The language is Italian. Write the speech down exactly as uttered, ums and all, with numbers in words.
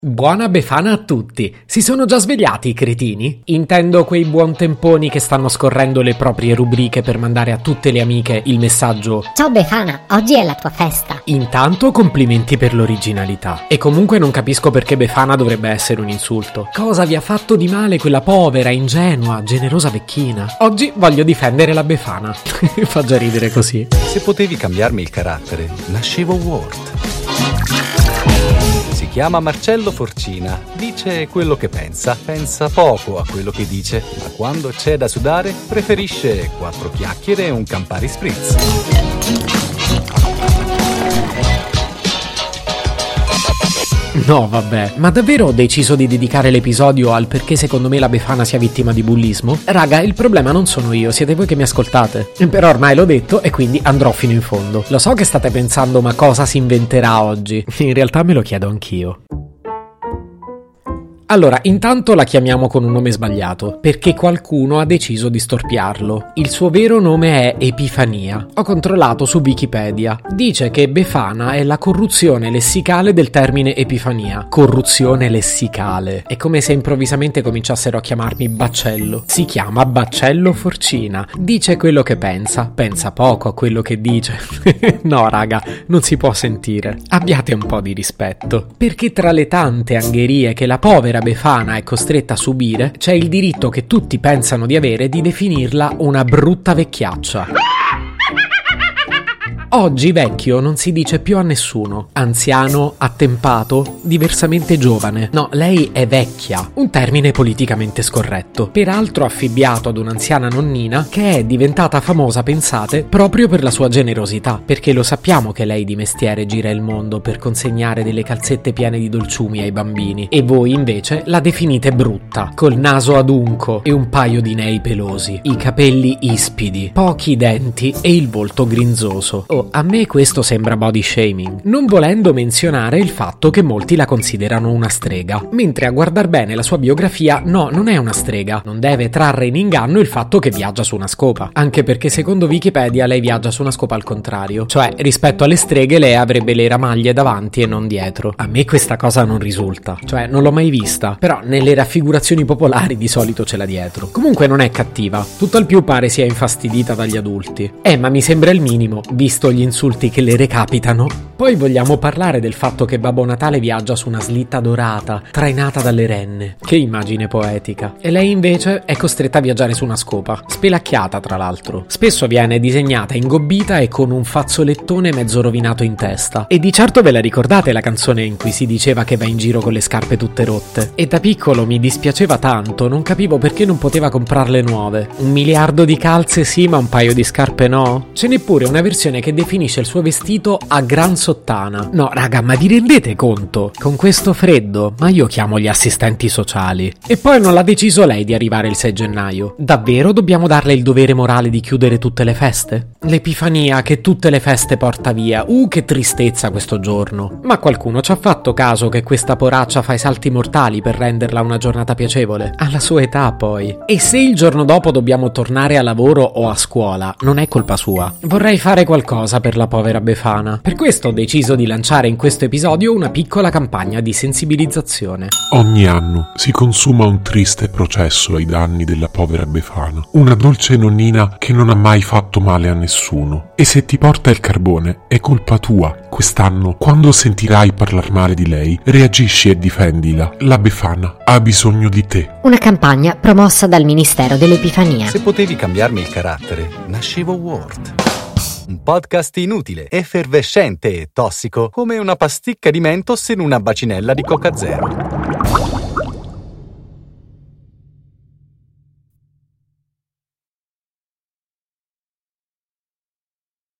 Buona Befana a tutti! Si sono già svegliati i cretini? Intendo quei buontemponi che stanno scorrendo le proprie rubriche per mandare a tutte le amiche il messaggio Ciao Befana, oggi è la tua festa. Intanto complimenti per l'originalità. E comunque non capisco perché Befana dovrebbe essere un insulto. Cosa vi ha fatto di male quella povera, ingenua, generosa vecchina? Oggi voglio difendere la Befana. Fa già ridere così. Se potevi cambiarmi il carattere, nascevo Ward. Si chiama Marcello Forcina, dice quello che pensa, pensa poco a quello che dice, ma quando c'è da sudare preferisce quattro chiacchiere e un Campari Spritz. No, vabbè, ma davvero ho deciso di dedicare l'episodio al perché secondo me la Befana sia vittima di bullismo? Raga, il problema non sono io, siete voi che mi ascoltate. Però ormai l'ho detto e quindi andrò fino in fondo. Lo so che state pensando, ma cosa si inventerà oggi? In realtà me lo chiedo anch'io. Allora, intanto la chiamiamo con un nome sbagliato, perché qualcuno ha deciso di storpiarlo. Il suo vero nome è Epifania. Ho controllato su Wikipedia. Dice che Befana è la corruzione lessicale del termine Epifania. Corruzione lessicale. È come se improvvisamente cominciassero a chiamarmi Baccello. Si chiama Baccello Forcina. Dice quello che pensa. Pensa poco a quello che dice. No, raga, non si può sentire. Abbiate un po' di rispetto. Perché tra le tante angherie che la povera Befana è costretta a subire, c'è il diritto che tutti pensano di avere di definirla una brutta vecchiaccia. Oggi vecchio non si dice più a nessuno. Anziano, attempato, diversamente giovane. No, lei è vecchia, un termine politicamente scorretto. Peraltro affibbiato ad un'anziana nonnina che è diventata famosa, pensate, proprio per la sua generosità. Perché lo sappiamo che lei di mestiere gira il mondo per consegnare delle calzette piene di dolciumi ai bambini. E voi invece la definite brutta, col naso adunco e un paio di nei pelosi, i capelli ispidi, pochi denti e il volto grinzoso. Oh, a me questo sembra body shaming, non volendo menzionare il fatto che molti la considerano una strega, mentre a guardar bene la sua biografia no, non è una strega, non deve trarre in inganno il fatto che viaggia su una scopa, anche perché secondo Wikipedia lei viaggia su una scopa al contrario, cioè rispetto alle streghe lei avrebbe le ramaglie davanti e non dietro. A me questa cosa non risulta, cioè non l'ho mai vista, però nelle raffigurazioni popolari di solito ce l'ha dietro. Comunque non è cattiva, tutto al più pare sia infastidita dagli adulti. Eh, ma mi sembra il minimo, visto gli insulti che le recapitano. Poi vogliamo parlare del fatto che Babbo Natale viaggia su una slitta dorata, trainata dalle renne. Che immagine poetica. E lei invece è costretta a viaggiare su una scopa, spelacchiata tra l'altro. Spesso viene disegnata ingobbita e con un fazzolettone mezzo rovinato in testa. E di certo ve la ricordate la canzone in cui si diceva che va in giro con le scarpe tutte rotte? E da piccolo mi dispiaceva tanto, non capivo perché non poteva comprarle nuove. Un miliardo di calze sì, ma un paio di scarpe no? Ce n'è pure una versione che definisce il suo vestito a gran sottana. No, raga, ma vi rendete conto? Con questo freddo? Ma io chiamo gli assistenti sociali. E poi non l'ha deciso lei di arrivare il sei gennaio. Davvero dobbiamo darle il dovere morale di chiudere tutte le feste? L'Epifania che tutte le feste porta via. Uh, che tristezza questo giorno. Ma qualcuno ci ha fatto caso che questa poraccia fa i salti mortali per renderla una giornata piacevole? Alla sua età, poi. E se il giorno dopo dobbiamo tornare a lavoro o a scuola, non è colpa sua. Vorrei fare qualcosa per la povera Befana. Per questo ho deciso di lanciare in questo episodio una piccola campagna di sensibilizzazione. Ogni anno si consuma un triste processo ai danni della povera Befana, una dolce nonnina che non ha mai fatto male a nessuno. E se ti porta il carbone è colpa tua. Quest'anno, quando sentirai parlar male di lei, reagisci e difendila. La Befana ha bisogno di te. Una campagna promossa dal Ministero dell'Epifania. Se potevi cambiarmi il carattere, nascevo Ward. Un podcast inutile, effervescente e tossico, come una pasticca di Mentos in una bacinella di Coca Zero.